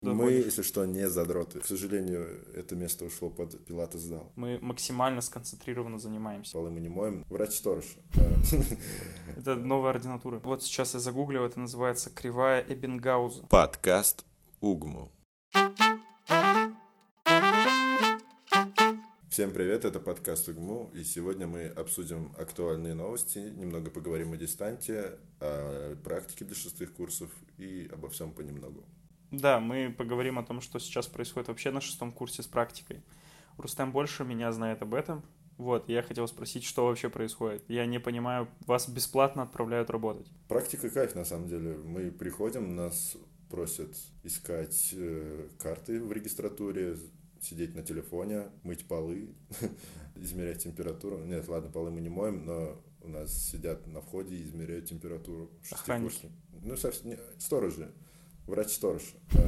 Мы, если что, не задроты. К сожалению, это место ушло под пилатес-зал. Мы максимально сконцентрированно занимаемся. Полы мы не моем. Врач-сторож. Это новая ординатура. Вот сейчас я загуглил, это называется кривая Эббингауза. Подкаст УГМУ. Всем привет, это подкаст УГМУ, и сегодня мы обсудим актуальные новости, немного поговорим о дистанте, о практике для шестых курсов и обо всем понемногу. Да, мы поговорим о том, что сейчас происходит вообще на шестом курсе с практикой. Рустем больше меня знает об этом. Вот, я хотел спросить, что вообще происходит. Я не понимаю, вас бесплатно отправляют работать. Практика кайф, на самом деле. Мы приходим, нас просят искать карты в регистратуре, сидеть на телефоне, мыть полы, измерять температуру. Нет, ладно, полы мы не моем, но у нас сидят на входе и измеряют температуру. Охранники. Ну, совсем, сторожи. Врач-сторож.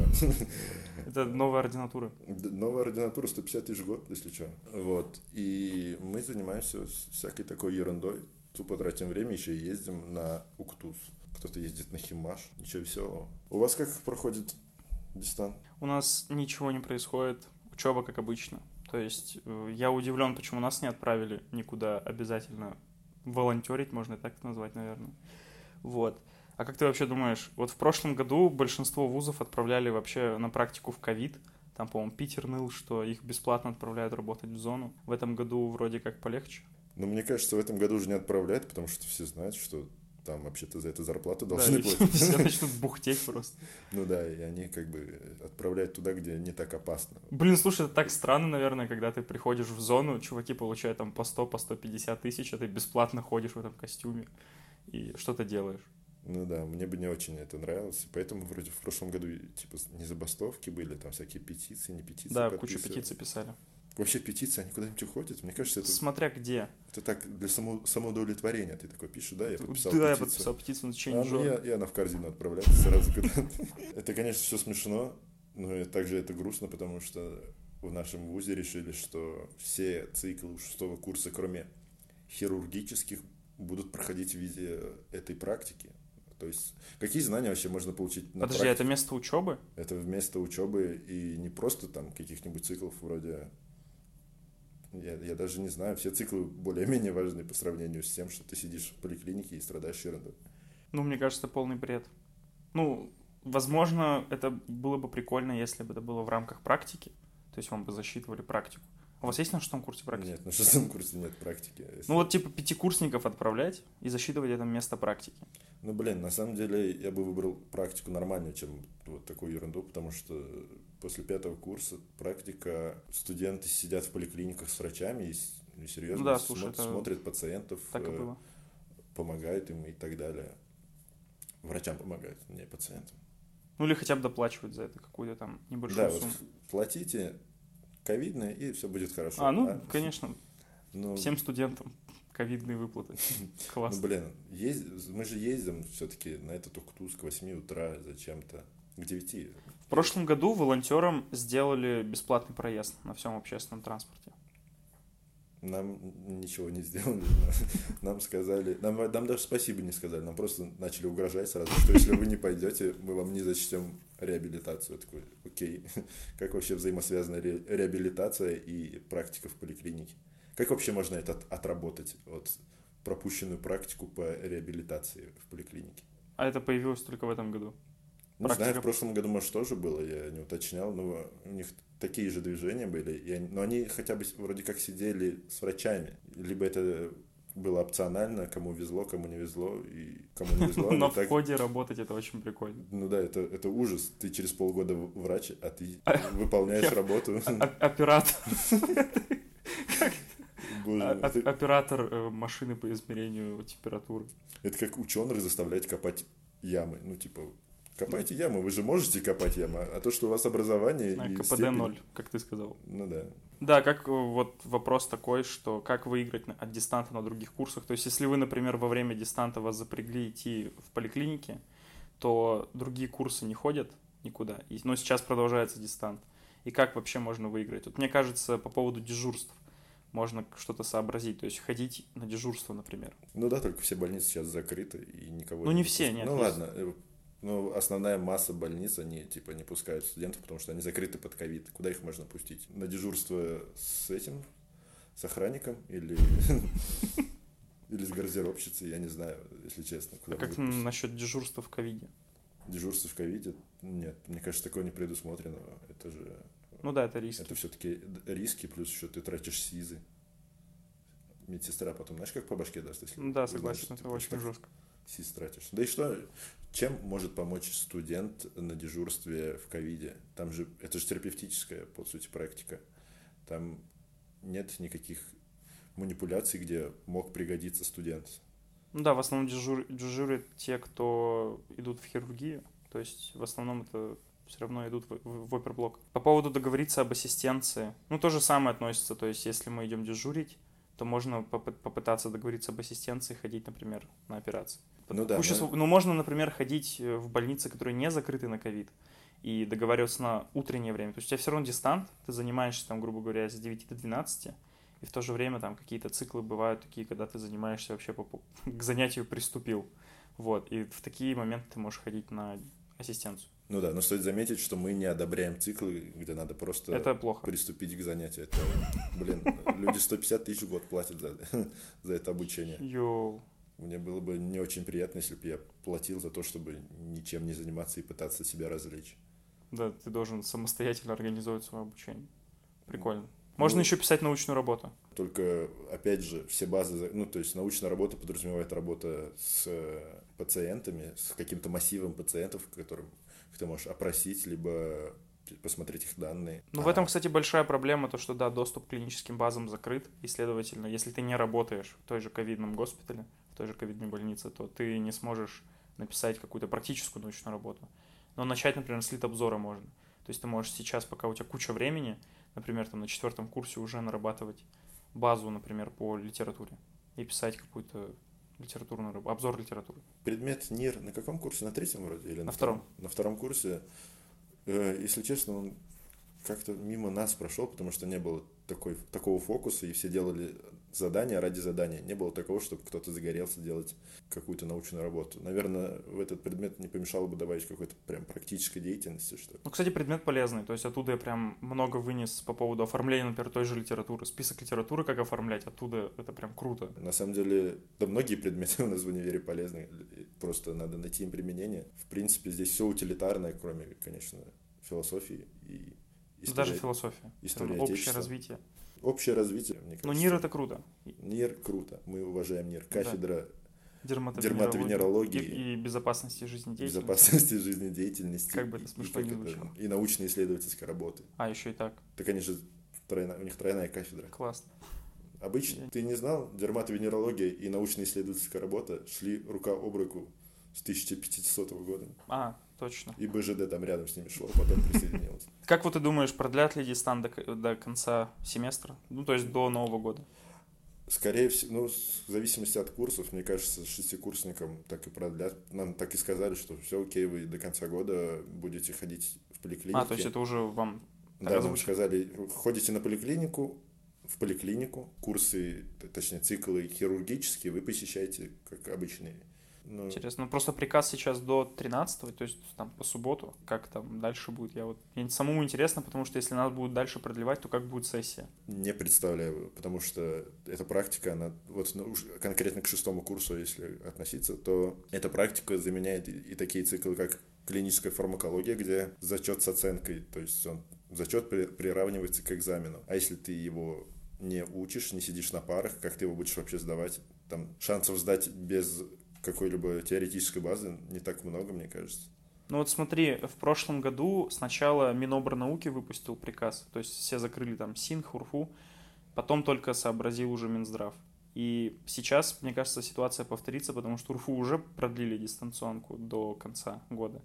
Это новая ординатура. Новая ординатура, 150 тысяч в год, если что. Вот. И мы занимаемся всякой такой ерундой. Тупо тратим время, еще и ездим на УКТУЗ. Кто-то ездит на Химмаш. Ничего веселого. У вас как проходит дистант? У нас ничего не происходит. Учеба как обычно. То есть я удивлен, почему нас не отправили никуда обязательно волонтерить, можно и так это назвать, наверное. Вот. А как ты вообще думаешь, вот в прошлом году большинство вузов отправляли вообще на практику в ковид. Там, по-моему, Питер ныл, что их бесплатно отправляют работать в зону. В этом году вроде как полегче. Ну, мне кажется, в этом году уже не отправляют, потому что все знают, что там вообще-то за это зарплату Да, должны платить. все начнут бухтеть просто. Ну да, и они как бы отправляют туда, где не так опасно. Блин, слушай, это так странно, наверное, когда ты приходишь в зону, чуваки получают там по 100, по 150 тысяч, а ты бесплатно ходишь в этом костюме и что-то делаешь. Ну да, мне бы не очень это нравилось, поэтому вроде в прошлом году типа не забастовки были, там всякие петиции, не петиции. Да, кучу петиций писали. Вообще петиции, они куда-нибудь уходят? Мне кажется, это... Смотря где. Это так, для самоудовлетворения. Ты такой пишешь, да, я подписал петицию. Да, я петицию. подписал петицию на течение жопы. И она в корзину отправляется сразу куда-то. Это, конечно, все смешно, но также это грустно, потому что в нашем вузе решили, что все циклы шестого курса, кроме хирургических, будут проходить в виде этой практики. То есть, какие знания вообще можно получить на Подожди, практике? это место учебы? Это вместо учебы и не просто там каких-нибудь циклов вроде... Я даже не знаю, все циклы более-менее важны по сравнению с тем, что ты сидишь в поликлинике и страдаешь ерундой. Ну, мне кажется, полный бред. Ну, возможно, это было бы прикольно, если бы это было в рамках практики. То есть вам бы засчитывали практику. У вас есть на шестом курсе практики? Нет, на шестом курсе нет практики. Ну вот типа пятикурсников отправлять и засчитывать это место практики. Ну блин, на самом деле я бы выбрал практику нормальнее, чем вот такую ерунду, потому что после пятого курса практика, студенты сидят в поликлиниках с врачами и серьезно Ну да, слушай, смотрят пациентов, так и было. помогают им и так далее. Врачам помогают, не пациентам. Ну или хотя бы доплачивают за это какую-то там небольшую сумму. Вот платите ковидное, и все будет хорошо. Конечно, всем студентам ковидные выплаты. Классно. Ну, блин, мы же ездим все-таки на этот УКТУЗ к 8 утра зачем-то, к 9. В прошлом году волонтерам сделали бесплатный проезд на всем общественном транспорте. Нам ничего не сделали. Нам сказали... Нам даже спасибо не сказали. Нам просто начали угрожать сразу, что если вы не пойдете, мы вам не зачтем реабилитацию. Я такой, окей. Как вообще взаимосвязана реабилитация и практика в поликлинике? Как вообще можно это отработать? Вот пропущенную практику по реабилитации в поликлинике. А это появилось только в этом году? Не знаю, в прошлом году, может, тоже было, я не уточнял, но у них такие же движения были, но они хотя бы вроде как сидели с врачами. Либо это было опционально, кому везло, кому не везло, и кому не везло. На входе работать это очень прикольно. Ну да, это ужас. Ты через полгода врач, а ты выполняешь работу. Оператор. Оператор машины по измерению температуры. Это как ученых заставлять копать ямы. Ну, типа, копайте ямы, вы же можете копать ямы, а то, что у вас образование и КПД степень... 0, как ты сказал. Ну да. Да, как вот вопрос такой, что как выиграть от дистанта на других курсах. То есть, если вы, например, во время дистанта вас запрягли идти в поликлинике, то другие курсы не ходят никуда. Но сейчас продолжается дистант. И как вообще можно выиграть? Вот мне кажется, по поводу дежурств можно что-то сообразить, то есть ходить на дежурство, например. Ну да, только все больницы сейчас закрыты и никого... Ну не все, нет. Ну ладно, Ну, основная масса больниц, они, типа, не пускают студентов, потому что они закрыты под ковид. Куда их можно пустить? На дежурство с этим, с охранником или, или с гардеробщицей, я не знаю, если честно, А куда как могут пустить. насчет дежурства в ковиде? Дежурство в ковиде? Нет, мне кажется, такое не предусмотрено. Это же, Ну да, это риски. это все-таки риски, плюс еще ты тратишь СИЗы. Медсестра потом, знаешь, как по башке даст, если Ну да, узнаешь, согласен, что это ты очень просто жестко. СИЗ тратишь. Да и что, чем может помочь студент на дежурстве в ковиде? Там же, это же терапевтическая, по сути, практика. Там нет никаких манипуляций, где мог пригодиться студент. Ну да, в основном дежурят те, кто идут в хирургию. То есть в основном это все равно идут в оперблок. По поводу договориться об ассистенции. Ну, то же самое относится. То есть если мы идем дежурить, то можно попытаться договориться об ассистенции, ходить, например, на операции. Ну да, Ну, можно, например, ходить в больницы, которые не закрыты на ковид, и договариваться на утреннее время. То есть у тебя все равно дистант, ты занимаешься, там, грубо говоря, с 9 до 12, и в то же время там какие-то циклы бывают такие, когда ты занимаешься вообще к занятию приступил. Вот, и в такие моменты ты можешь ходить на ассистенцию. ну да, но стоит заметить, что мы не одобряем циклы, где надо просто Это плохо. приступить к занятию. Это, блин, люди 150 тысяч в год платят за это обучение. Йоу. Мне было бы не очень приятно, если бы я платил за то, чтобы ничем не заниматься и пытаться себя развлечь. Да, ты должен самостоятельно организовать свое обучение. Прикольно. Можно Ну, еще писать научную работу. только, опять же, все базы, ну, то есть научная работа подразумевает работа с пациентами, с каким-то массивом пациентов, которым ты можешь опросить, либо посмотреть их данные. Ну, в этом, кстати, большая проблема, то, что, да, доступ к клиническим базам закрыт, и, следовательно, если ты не работаешь в той же ковидном госпитале, в той же ковидной больнице, то ты не сможешь написать какую-то практическую научную работу. Но начать, например, с литобзора можно. То есть ты можешь сейчас, пока у тебя куча времени, например, там на 4 курсе уже нарабатывать базу, например, по литературе и писать какую-то литературную обзор литературы. Предмет НИР на каком курсе? На 3-м вроде? Или На 2-м. На 2-м курсе. Если честно, он как-то мимо нас прошел, потому что не было такого фокуса, и все делали задания ради задания. Не было такого, чтобы кто-то загорелся делать какую-то научную работу. Наверное, в этот предмет не помешало бы добавить какой-то прям практической деятельности, что ли. Ну, кстати, предмет полезный, то есть оттуда я прям много вынес по поводу оформления, например, той же литературы. Список литературы, как оформлять, оттуда это прям круто. На самом деле, да, многие предметы у нас в универе полезны, просто надо найти им применение. В принципе, здесь все утилитарное, кроме, конечно, философии и истории. Даже философия. История Общее Отечества. развитие. Общее развитие, мне кажется. Но НИР это круто. НИР круто, мы уважаем НИР. Кафедра дерматовенерологии и безопасности жизнедеятельности. Безопасности жизнедеятельности. Как бы это смешно не звучало. И научно-исследовательской работы. А, еще и так. Так они же, у них тройная кафедра. Классно. Обычно, ты не знал, дерматовенерология и научно-исследовательская работа шли рука об руку с 1500 года. А, точно. И БЖД там рядом с ними шло, а потом присоединилось. Как вот ты думаешь, продлят ли дистант до конца семестра? Ну, то есть до Нового года? Скорее всего, ну, в зависимости от курсов, мне кажется, шестикурсникам так и продлят. Нам так и сказали, что все окей, вы до конца года будете ходить в поликлинику. А, то есть это уже вам да, нам сказали, ходите на поликлинику, в поликлинику, курсы, точнее, циклы хирургические вы посещаете, как обычные. Ну, интересно. Ну, просто приказ сейчас до 13-го, то есть там по субботу. Как там дальше будет? Мне самому интересно, потому что если надо будет дальше продлевать, то как будет сессия? не представляю, потому что эта практика, она вот конкретно к 6-му курсу, если относиться, то эта практика заменяет и такие циклы, как клиническая фармакология, где зачет с оценкой, то есть зачет приравнивается к экзамену. А если ты его не учишь, не сидишь на парах, как ты его будешь вообще сдавать? Там шансов сдать без какой-либо теоретической базы не так много, мне кажется. Ну вот смотри, в прошлом году сначала Минобрнауки выпустил приказ, то есть все закрыли там СИН, ХУРФУ, потом только сообразил уже Минздрав. И сейчас, мне кажется, ситуация повторится, потому что УРФУ уже продлили дистанционку до конца года.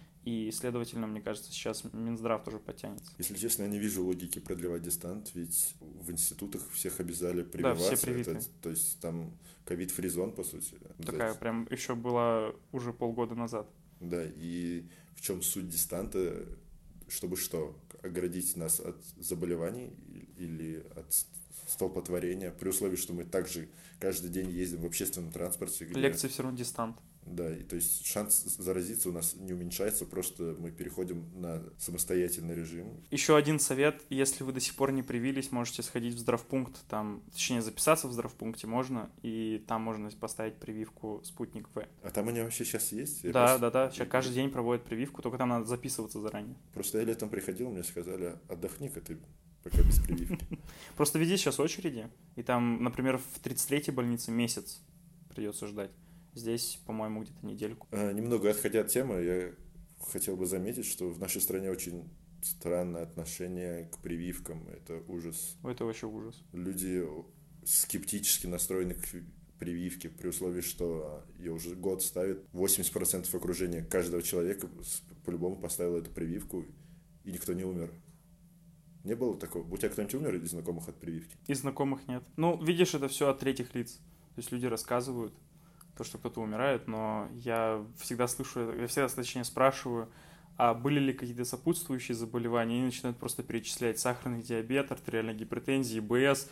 И, следовательно, мне кажется, сейчас Минздрав тоже подтянется. Если честно, я не вижу логики продлевать дистант, ведь в институтах всех обязали прививаться. Да, все привиты. То есть там ковид-фри зон, по сути. Такая прям еще была уже полгода назад. Да, и в чем суть дистанта? Чтобы что? Оградить нас от заболеваний или от столпотворения, при условии, что мы также каждый день ездим в общественном транспорте. Лекции все равно дистант. Да, и то есть шанс заразиться у нас не уменьшается, просто мы переходим на самостоятельный режим. Еще один совет, если вы до сих пор не привились, можете сходить в здравпункт, там, точнее, записаться в здравпункте можно, и там можно поставить прививку «Спутник В». А там они вообще сейчас есть? Да, сейчас каждый день проводят прививку, только там надо записываться заранее. Просто я летом приходил, мне сказали, отдохни-ка ты пока без прививки. Просто везде сейчас очереди, и там, например, в 33-й больнице месяц придется ждать. Здесь, по-моему, где-то недельку. Немного отходя от темы, я хотел бы заметить, что в нашей стране очень странное отношение к прививкам. Это ужас. Это вообще ужас. Люди скептически настроены к прививке, при условии, что ее уже год ставят. 80% окружения каждого человека по-любому поставило эту прививку, и никто не умер. Не было такого? У тебя кто-нибудь умер из знакомых от прививки? Из знакомых нет. Ну, видишь, это все от третьих лиц. То есть люди рассказывают то, что кто-то умирает, но я всегда слышу, я всегда, точнее, спрашиваю, а были ли какие-то сопутствующие заболевания, и они начинают просто перечислять сахарный диабет, артериальная гипертензия, ИБС,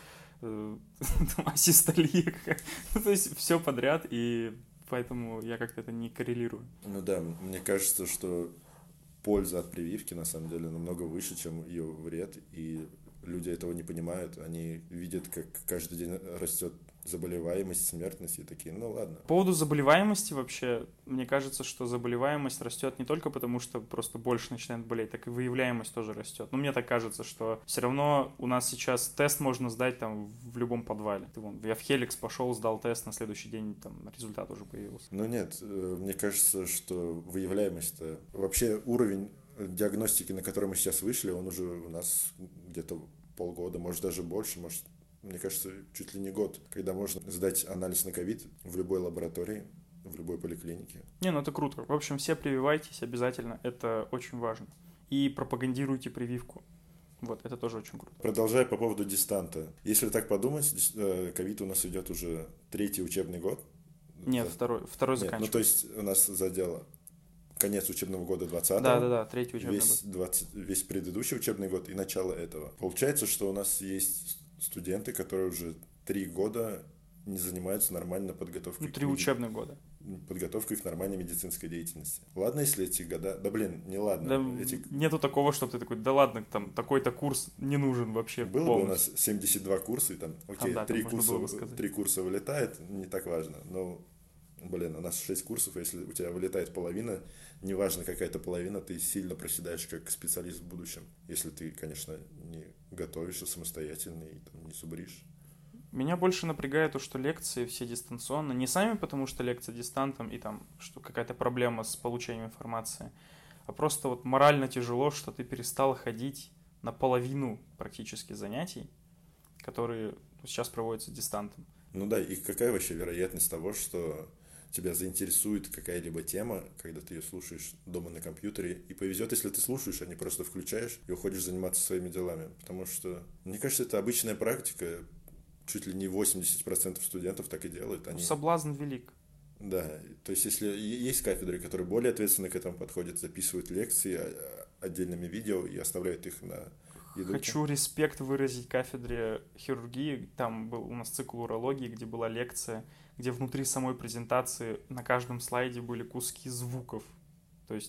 асистолия, то есть все подряд, и поэтому я как-то это не коррелирую. Ну да, мне кажется, что польза от прививки на самом деле намного выше, чем ее вред, и люди этого не понимают, они видят, как каждый день растет заболеваемость, смертность, и такие, ну ладно. По поводу заболеваемости вообще, мне кажется, что заболеваемость растет не только потому, что просто больше начинает болеть, так и выявляемость тоже растет. Но мне так кажется, что все равно у нас сейчас тест можно сдать там в любом подвале. Я в Хеликс пошел, сдал тест, на следующий день там результат уже появился. Ну нет, мне кажется, что выявляемость-то, вообще уровень диагностики, на который мы сейчас вышли, он уже у нас где-то полгода, может даже больше, может, мне кажется, чуть ли не год, когда можно сдать анализ на ковид в любой лаборатории, в любой поликлинике. Ну это круто. В общем, все прививайтесь обязательно, это очень важно. И пропагандируйте прививку. Вот, это тоже очень круто. Продолжая по поводу дистанта. Если так подумать, ковид у нас идет уже 3-й учебный год. Нет, второй заканчивается. Ну, то есть у нас задело конец учебного года 20-го. Да, 3-й учебный год. Весь предыдущий учебный год и начало этого. Получается, что у нас есть студенты, которые уже 3 года не занимаются нормально подготовкой. 3 учебных года. Подготовкой к нормальной медицинской деятельности. Ладно, если эти года... Да блин, не ладно. Да, нету такого, чтобы ты такой, да ладно, там такой-то курс не нужен вообще. Было полностью. бы у нас 72 курса, и там, окей, да, 3 там курса вылетает, не так важно. Но, блин, у нас 6 курсов, если у тебя вылетает половина, неважно какая-то половина, ты сильно проседаешь как специалист в будущем. Если ты, конечно, не готовишься самостоятельно и там, не зубришь. Меня больше напрягает то, что лекции все дистанционно. Не сами потому, что лекция дистантом и там что какая-то проблема с получением информации, а просто вот морально тяжело, что ты перестал ходить на половину практически занятий, которые сейчас проводятся дистантом. Ну да, и какая вообще вероятность того, что тебя заинтересует какая-либо тема, когда ты ее слушаешь дома на компьютере, и повезет, если ты слушаешь, а не просто включаешь и уходишь заниматься своими делами. Потому что, мне кажется, это обычная практика, чуть ли не 80% студентов так и делают. Они... Соблазн велик. Да, то есть если есть кафедры, которые более ответственно к этому подходят, записывают лекции отдельными видео и оставляют их на YouTube. Хочу респект выразить кафедре хирургии. Там был у нас цикл урологии, где была лекция, где внутри самой презентации на каждом слайде были куски звуков. То есть...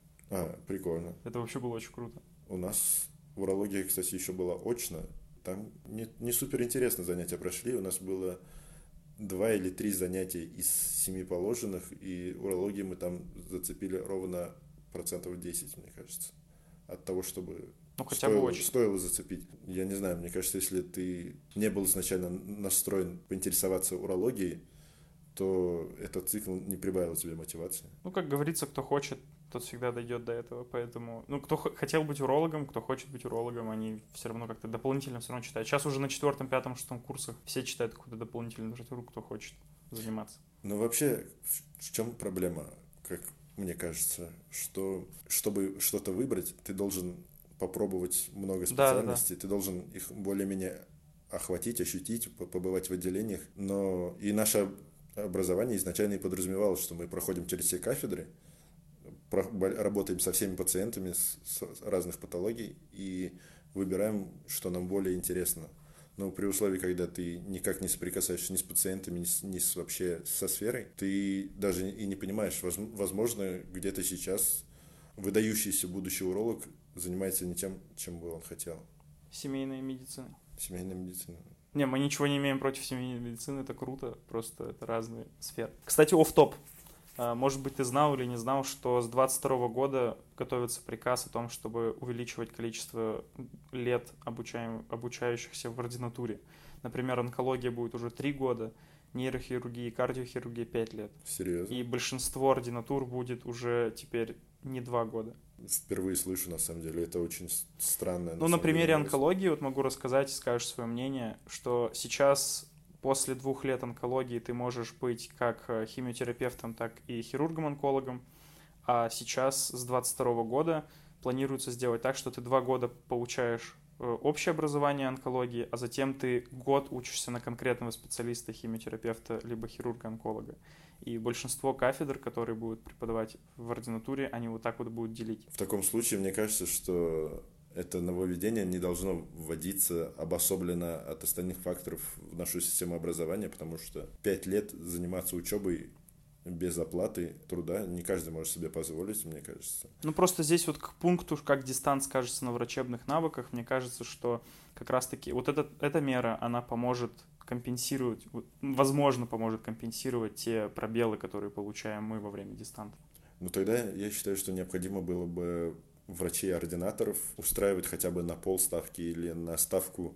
прикольно. Это вообще было очень круто. У нас в урологии, кстати, еще было очно. Там не супер интересно занятия прошли. У нас было 2 или 3 занятия из 7 положенных, и урологии мы там зацепили ровно 10%, мне кажется, от того, чтобы стоило зацепить. Я не знаю, мне кажется, если ты не был изначально настроен поинтересоваться урологией, то этот цикл не прибавил тебе мотивации. Ну, как говорится, кто хочет, тот всегда дойдет до этого, поэтому... Ну, кто хотел быть урологом, кто хочет быть урологом, они все равно как-то дополнительно все равно читают. Сейчас уже на 4-м, 5-м, 6-м курсах все читают какую-то дополнительную литературу, кто хочет заниматься. Ну, вообще, в чем проблема, как мне кажется, что чтобы что-то выбрать, ты должен попробовать много специальностей, ты должен их более-менее охватить, ощутить, побывать в отделениях, но и наше образование изначально и подразумевало, что мы проходим через все кафедры, работаем со всеми пациентами с разных патологий и выбираем, что нам более интересно. Но при условии, когда ты никак не соприкасаешься ни с пациентами, вообще со сферой, ты даже и не понимаешь, возможно, где-то сейчас выдающийся будущий уролог занимается не тем, чем бы он хотел. Семейная медицина. Семейная медицина. Не, мы ничего не имеем против семейной медицины, это круто, просто это разные сферы. Кстати, офф-топ. Может быть, ты знал или не знал, что с 2022 года готовится приказ о том, чтобы увеличивать количество лет обучающихся в ординатуре. Например, онкология будет уже 3 года, нейрохирургия и кардиохирургия 5 лет. Серьезно? И большинство ординатур будет уже теперь не 2 года. Впервые слышу, на самом деле, это очень странно. Ну, на примере онкологии вот могу рассказать, скажешь свое мнение, что сейчас после 2 лет онкологии ты можешь быть как химиотерапевтом, так и хирургом-онкологом, а сейчас с 2022 года планируется сделать так, что ты 2 года получаешь общее образование онкологии, а затем ты год учишься на конкретного специалиста, химиотерапевта, либо хирурга-онколога. И большинство кафедр, которые будут преподавать в ординатуре, они вот так вот будут делить. В таком случае, мне кажется, что это нововведение не должно вводиться обособленно от остальных факторов в нашу систему образования, потому что 5 лет заниматься учебой без оплаты труда не каждый может себе позволить, мне кажется. Ну, просто здесь вот к пункту, как дистант скажется на врачебных навыках, мне кажется, что как раз-таки вот эта мера, она поможет компенсировать, возможно, поможет компенсировать те пробелы, которые получаем мы во время дистанта. Ну, тогда я считаю, что необходимо было бы врачей-ординаторов устраивать хотя бы на полставки или на ставку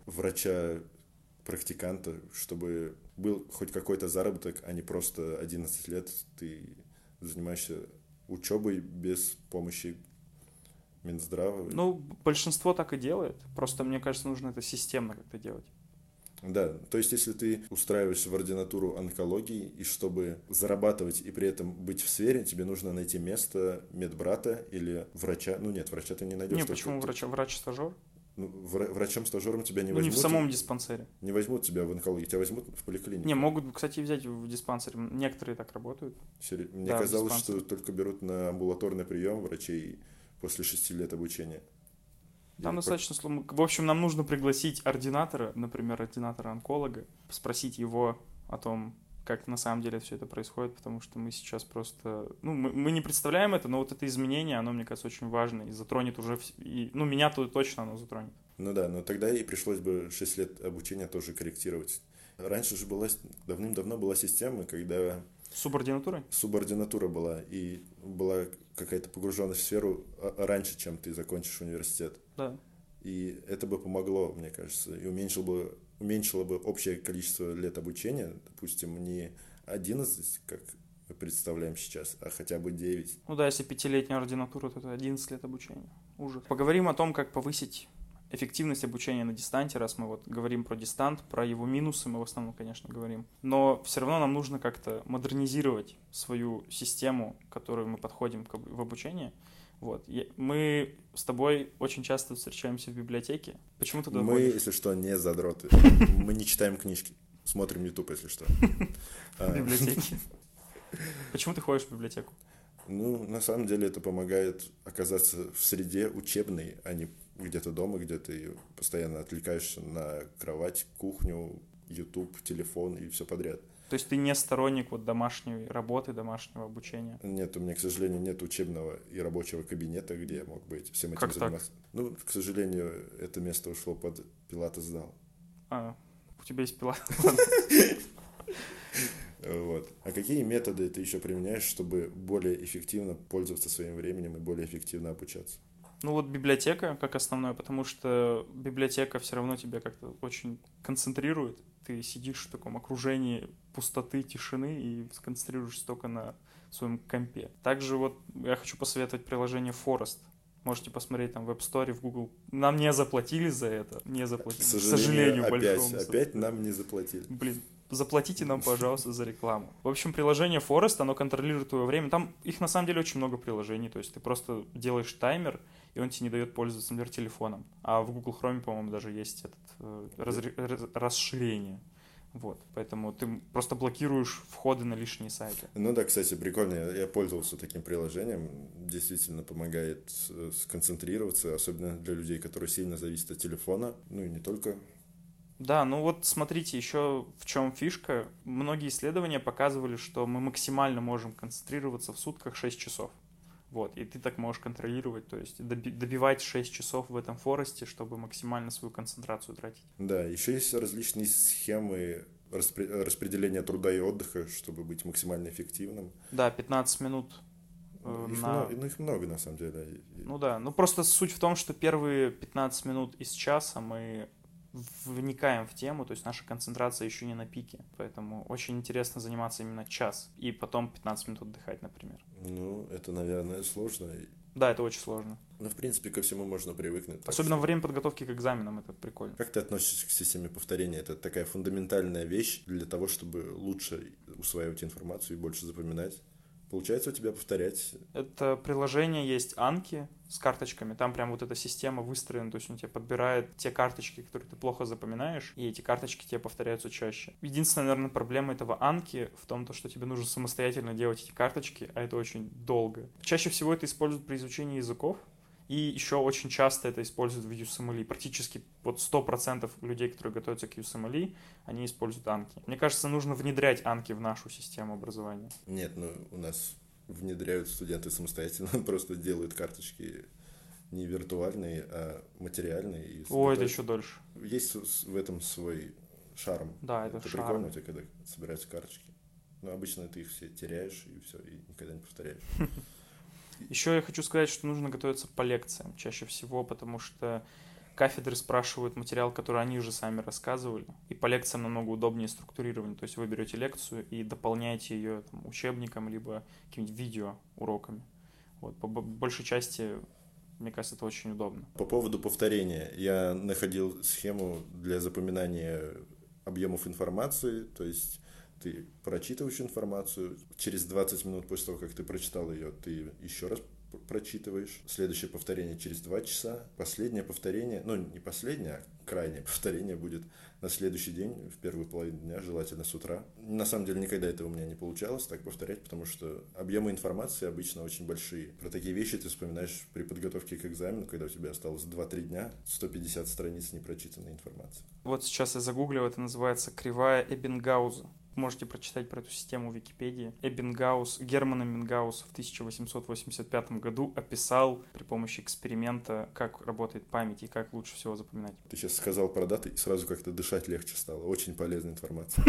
врача-практиканта, чтобы был хоть какой-то заработок, а не просто 11 лет ты занимаешься учебой без помощи Минздрава. Ну, большинство так и делает. Просто, мне кажется, нужно это системно как-то делать. Да, то есть если ты устраиваешься в ординатуру онкологии, и чтобы зарабатывать и при этом быть в сфере, тебе нужно найти место медбрата или врача. Ну нет, врача ты не найдешь. Не, почему врач-стажер? Ну, врачом-стажером тебя не возьмут. Ну, не в самом диспансере. Не возьмут тебя в онкологию, тебя возьмут в поликлинику. Не, могут, кстати, взять в диспансере. Некоторые так работают. Мне казалось, что только берут на амбулаторный прием врачей после 6 лет обучения. Там достаточно сложно. В общем, нам нужно пригласить ординатора, например, ординатора-онколога, спросить его о том, как на самом деле все это происходит, потому что мы сейчас просто... Ну, мы не представляем это, но вот это изменение, оно, мне кажется, очень важно и затронет уже... Ну, меня тут точно оно затронет. Ну да, но тогда и пришлось бы 6 лет обучения тоже корректировать. Раньше же давным-давно была система, когда... Субординатура была, и была какая-то погруженность в сферу раньше, чем ты закончишь университет. Да. И это бы помогло, мне кажется, и уменьшило бы общее количество лет обучения, допустим, не 11, как мы представляем сейчас, а хотя бы 9. Ну да, если 5-летняя ординатура, то это 11 лет обучения. Ужас. Поговорим о том, как повысить эффективность обучения на дистанте, раз мы вот говорим про дистант, про его минусы мы в основном, конечно, говорим. Но все равно нам нужно как-то модернизировать свою систему, к которой мы подходим в обучении. Вот. Мы с тобой очень часто встречаемся в библиотеке. Почему ты туда ходишь? Мы, если что, не задроты. Мы не читаем книжки. Смотрим YouTube, если что. В библиотеке. Почему ты ходишь в библиотеку? Ну, на самом деле это помогает оказаться в среде учебной, а не где-то дома, где ты постоянно отвлекаешься на кровать, кухню, YouTube, телефон и все подряд. То есть ты не сторонник вот домашней работы, домашнего обучения? Нет, у меня, к сожалению, нет учебного и рабочего кабинета, где я мог бы всем этим заниматься. Так? Ну, к сожалению, это место ушло под пилатес-зал. У тебя есть пилатес. Вот. А какие методы ты еще применяешь, чтобы более эффективно пользоваться своим временем и более эффективно обучаться? Ну вот библиотека как основное, потому что библиотека все равно тебя как-то очень концентрирует. Ты сидишь в таком окружении пустоты, тишины и сконцентрируешься только на своем компе. Также вот я хочу посоветовать приложение Forest. Можете посмотреть там в App Store, в Google. Нам не заплатили за это. Не заплатили. К сожалению, опять нам не заплатили. Блин, заплатите нам, пожалуйста, за рекламу. В общем, приложение Forest, оно контролирует твое время. Там их на самом деле очень много приложений. То есть ты просто делаешь таймер, и он тебе не дает пользоваться, например, телефоном. А в Google Chrome, по-моему, даже есть расширение. Вот, поэтому ты просто блокируешь входы на лишние сайты. Ну да, кстати, прикольно. Я пользовался таким приложением. Действительно помогает сконцентрироваться, особенно для людей, которые сильно зависят от телефона. Ну и не только. Да, ну вот смотрите, еще в чем фишка. Многие исследования показывали, что мы максимально можем концентрироваться в сутках 6 часов. Вот, и ты так можешь контролировать, то есть добивать 6 часов в этом форесте, чтобы максимально свою концентрацию тратить. Да, еще есть различные схемы распределения труда и отдыха, чтобы быть максимально эффективным. Да, 15 минут на... Их много на самом деле. Ну да, ну просто суть в том, что первые 15 минут из часа мы вникаем в тему, то есть наша концентрация еще не на пике, поэтому очень интересно заниматься именно час и потом 15 минут отдыхать, например. Ну, это, наверное, сложно. Да, это очень сложно. Но, в принципе, ко всему можно привыкнуть. Особенно во время подготовки к экзаменам, это прикольно. Как ты относишься к системе повторения? Это такая фундаментальная вещь для того, чтобы лучше усваивать информацию и больше запоминать. Получается у тебя повторять? Это приложение есть Анки с карточками, там прям вот эта система выстроена, то есть он тебе подбирает те карточки, которые ты плохо запоминаешь, и эти карточки тебе повторяются чаще. Единственная, наверное, проблема этого Анки в том, что тебе нужно самостоятельно делать эти карточки, а это очень долго. Чаще всего это используют при изучении языков, и еще очень часто это используют в USMLE. Практически вот 100% людей, которые готовятся к USMLE, они используют Анки. Мне кажется, нужно внедрять Анки в нашу систему образования. Нет, ну у нас внедряют студенты самостоятельно, просто делают карточки не виртуальные, а материальные. И Ой, это еще дольше. Есть в этом свой шарм. Да, это шарм. Прикольно у тебя, когда собираются карточки. Но обычно ты их все теряешь и все, и никогда не повторяешь. Еще я хочу сказать, что нужно готовиться по лекциям чаще всего, потому что кафедры спрашивают материал, который они уже сами рассказывали, и по лекциям намного удобнее структурирование. То есть вы берете лекцию и дополняете ее там, учебником, либо какими-нибудь видео уроками. Вот, по большей части, мне кажется, это очень удобно. По поводу повторения. Я находил схему для запоминания объемов информации, то есть ты прочитываешь информацию, через 20 минут после того, как ты прочитал ее, ты еще раз прочитываешь. Следующее повторение через 2 часа. Последнее повторение, ну не последнее, а крайнее повторение будет на следующий день, в первую половину дня, желательно с утра. На самом деле никогда этого у меня не получалось так повторять, потому что объемы информации обычно очень большие. Про такие вещи ты вспоминаешь при подготовке к экзамену, когда у тебя осталось 2-3 дня, 150 страниц непрочитанной информации. Вот сейчас я загуглил, это называется кривая Эббингауза. Можете прочитать про эту систему в Википедии. Герман Эббингаус в 1885 году описал при помощи эксперимента, как работает память и как лучше всего запоминать. Ты сейчас сказал про даты, и сразу как-то дышать легче стало. Очень полезная информация.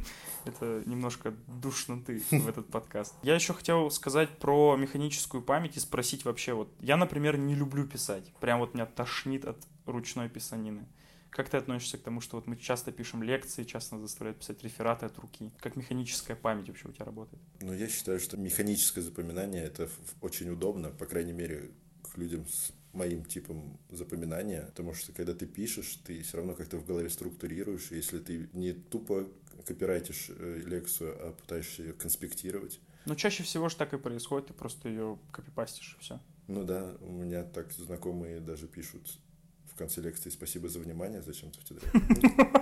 Это немножко душно ты в этот подкаст. Я еще хотел сказать про механическую память и спросить вообще, вот я, например, не люблю писать. Прям вот меня тошнит от ручной писанины. Как ты относишься к тому, что вот мы часто пишем лекции, часто нас заставляют писать рефераты от руки? Как механическая память вообще у тебя работает? Ну, я считаю, что механическое запоминание это очень удобно, по крайней мере, к людям с моим типом запоминания, потому что когда ты пишешь, ты все равно как-то в голове структурируешь, если ты не тупо копирайтишь лекцию, а пытаешься ее конспектировать. Ну, чаще всего же так и происходит, ты просто ее копипастишь, и все. Ну да, у меня так знакомые даже пишут в конце лекции «Спасибо за внимание», зачем-то в тетради.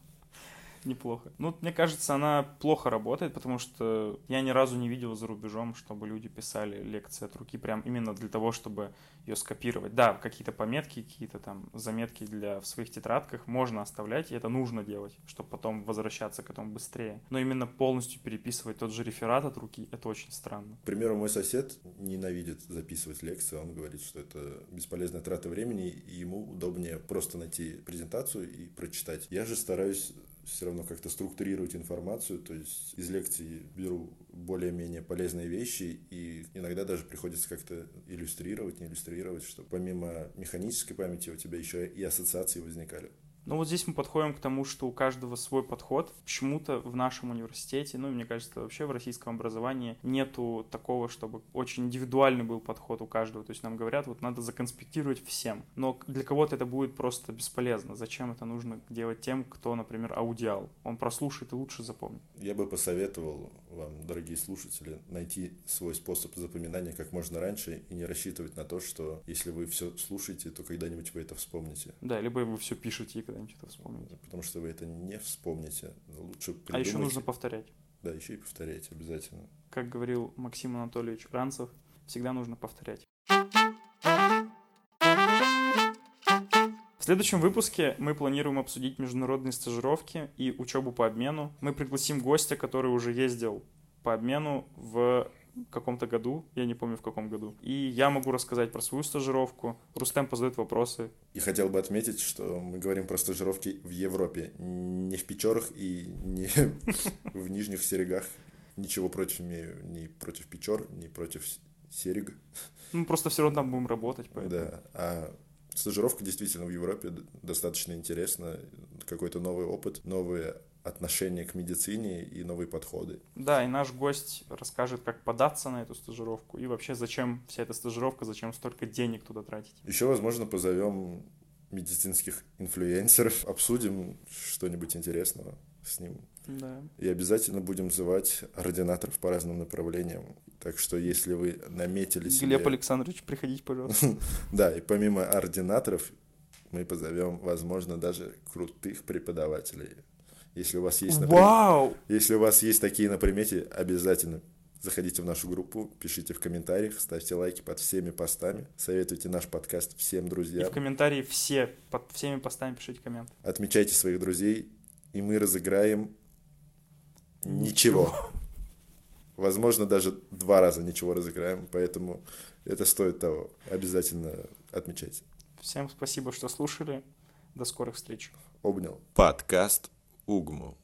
Неплохо. Ну, мне кажется, она плохо работает, потому что я ни разу не видел за рубежом, чтобы люди писали лекции от руки прям именно для того, чтобы ее скопировать. Да, какие-то пометки, какие-то там заметки в своих тетрадках можно оставлять, и это нужно делать, чтобы потом возвращаться к этому быстрее. Но именно полностью переписывать тот же реферат от руки, это очень странно. К примеру, мой сосед ненавидит записывать лекции, он говорит, что это бесполезная трата времени, и ему удобнее просто найти презентацию и прочитать. Я же стараюсь все равно как-то структурировать информацию, то есть из лекций беру более-менее полезные вещи, и иногда даже приходится как-то иллюстрировать, не иллюстрировать, чтобы помимо механической памяти у тебя еще и ассоциации возникали. Ну вот здесь мы подходим к тому, что у каждого свой подход. Почему-то в нашем университете, ну и мне кажется, вообще в российском образовании нету такого, чтобы очень индивидуальный был подход у каждого. То есть нам говорят, вот надо законспектировать всем. Но для кого-то это будет просто бесполезно. Зачем это нужно делать тем, кто, например, аудиал? Он прослушает и лучше запомнит. Я бы посоветовал вам, дорогие слушатели, найти свой способ запоминания как можно раньше и не рассчитывать на то, что если вы все слушаете, то когда-нибудь вы это вспомните. Да, либо вы все пишете и когда-нибудь это вспомните. Потому что вы это не вспомните. Лучше придумайте. А еще нужно повторять. Да, еще и повторяйте обязательно. Как говорил Максим Анатольевич Ранцев, всегда нужно повторять. В следующем выпуске мы планируем обсудить международные стажировки и учебу по обмену. Мы пригласим гостя, который уже ездил по обмену в каком-то году, я не помню в каком году. И я могу рассказать про свою стажировку. Рустем позадает вопросы. И хотел бы отметить, что мы говорим про стажировки в Европе, не в Печорах и не в Нижних Серегах. Ничего против имею ни против Печор, ни против Серег. Ну, просто все равно там будем работать. Поэтому. Да, а стажировка действительно в Европе достаточно интересна. Какой-то новый опыт, новые отношения к медицине и новые подходы. Да, и наш гость расскажет, как податься на эту стажировку и вообще зачем вся эта стажировка, зачем столько денег туда тратить. Еще, возможно, позовем медицинских инфлюенсеров, обсудим что-нибудь интересного с ним. Да. И обязательно будем звать ординаторов по разным направлениям. Так что, если вы наметили себе... Глеб Александрович, приходите, пожалуйста. Да, и помимо ординаторов мы позовем, возможно, даже крутых преподавателей. Если у вас есть, Вау! Если у вас есть такие на примете, обязательно заходите в нашу группу, пишите в комментариях, ставьте лайки под всеми постами, советуйте наш подкаст всем друзьям. И в комментарии под всеми постами пишите комменты. Отмечайте своих друзей, и мы разыграем ничего. Возможно, даже 2 раза ничего разыграем, поэтому это стоит того. Обязательно отмечайте. Всем спасибо, что слушали. До скорых встреч. Обнял. Подкаст Угму.